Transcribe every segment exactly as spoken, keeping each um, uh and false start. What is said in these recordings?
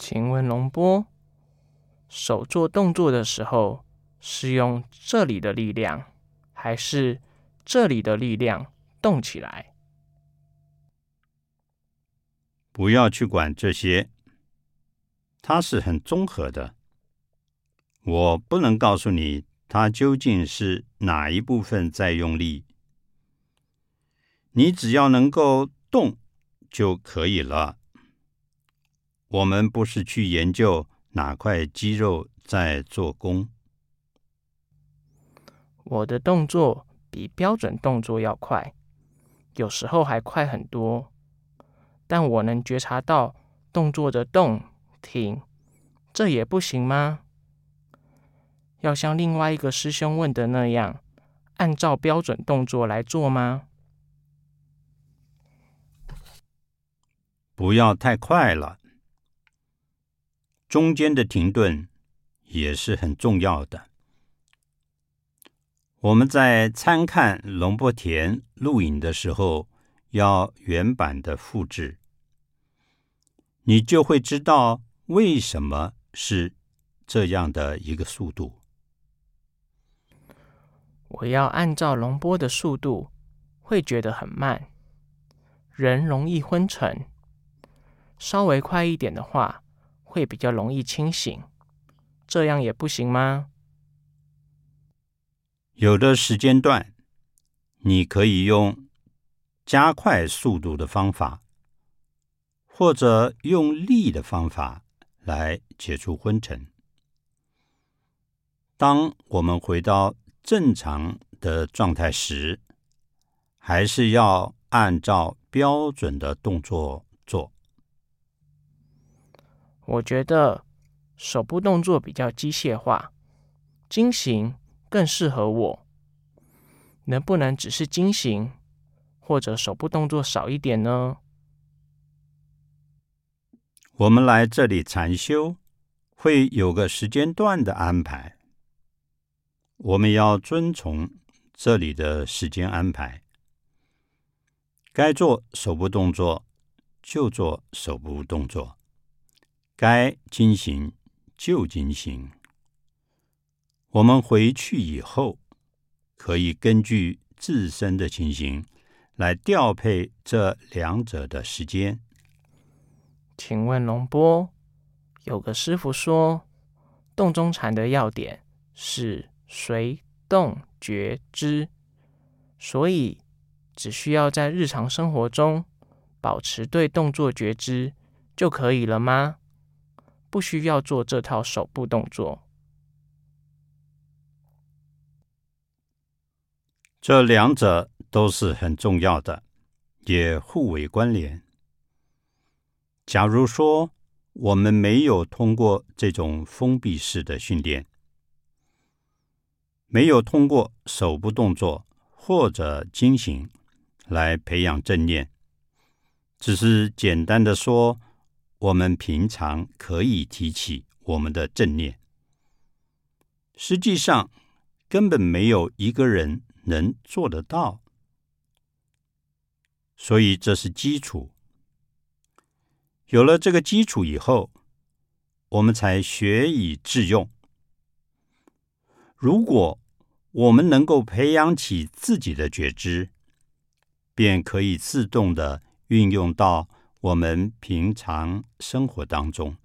请问龙波，手做动作的时候是用这里的力量，还是这里的力量动起来？ 不要去管这些，它是很综合的。我不能告诉你它究竟是哪一部分在用力，你只要能够动就可以了。我们不是去研究哪块肌肉在做功。 我的动作比标准动作要快，有时候还快很多，但我能觉察到动作的动、停，这也不行吗？要像另外一个师兄问的那样，按照标准动作来做吗？ 不要太快了，中间的停顿也是很重要的。我们在参看龙波田录影的时候，要原版的复制，你就会知道为什么是这样的一个速度。 我要按照龙波的速度，会觉得很慢，人容易昏沉。稍微快一点的话，会比较容易清醒，这样也不行吗？ 有的时间段，你可以用加快速度的方法，或者用力的方法来解除昏沉。当我们回到正常的状态时，还是要按照标准的动作做。 我觉得手部动作比较机械化，精行更适合我。能不能只是精行，或者手部动作少一点呢？ 我们来这里禅修，会有个时间段的安排，我们要遵从这里的时间安排。该做手部动作就做手部动作，该精行就精行。我们回去以后，可以根据自身的情形来调配这两者的时间。 请问龙波，有个师父说，洞中禅的要点是随动觉知，所以只需要在日常生活中保持对动作觉知就可以了吗？不需要做这套手部动作。 这两者都是很重要的，也互为关联。假如说我们没有通过这种封闭式的训练，没有通过手部动作或者精行来培养正念，只是简单的说，我们平常可以提起我们的正念，实际上根本没有一个人能做得到，所以这是基础。有了这个基础以后，我们才学以致用。如果我们能够培养起自己的觉知，便可以自动地运用到我们平常生活当中。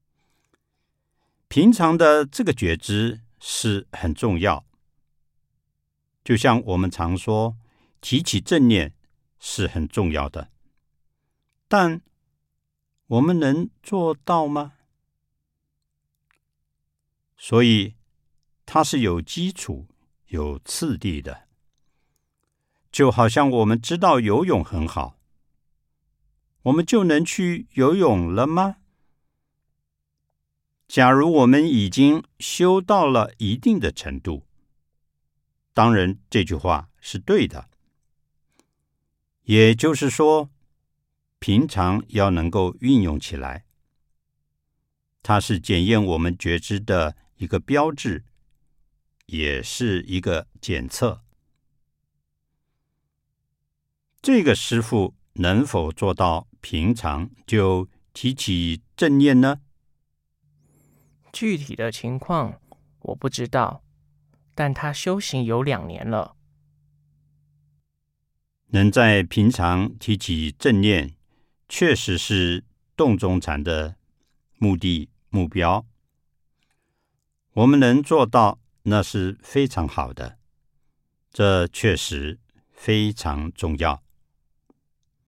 平常的这个觉知是很重要，就像我们常说，提起正念是很重要的，但我们能做到吗？所以它是有基础、有次第的。就好像我们知道游泳很好，我们就能去游泳了吗？假如我们已经修到了一定的程度，当然这句话是对的。也就是说，平常要能够运用起来，它是检验我们觉知的一个标志，也是一个检测。这个师父能否做到平常就提起正念呢？ 具体的情况我不知道，但他修行有两年了。 能在平常提起正念，确实是洞中禅的目的目标。我们能做到，那是非常好的，这确实非常重要。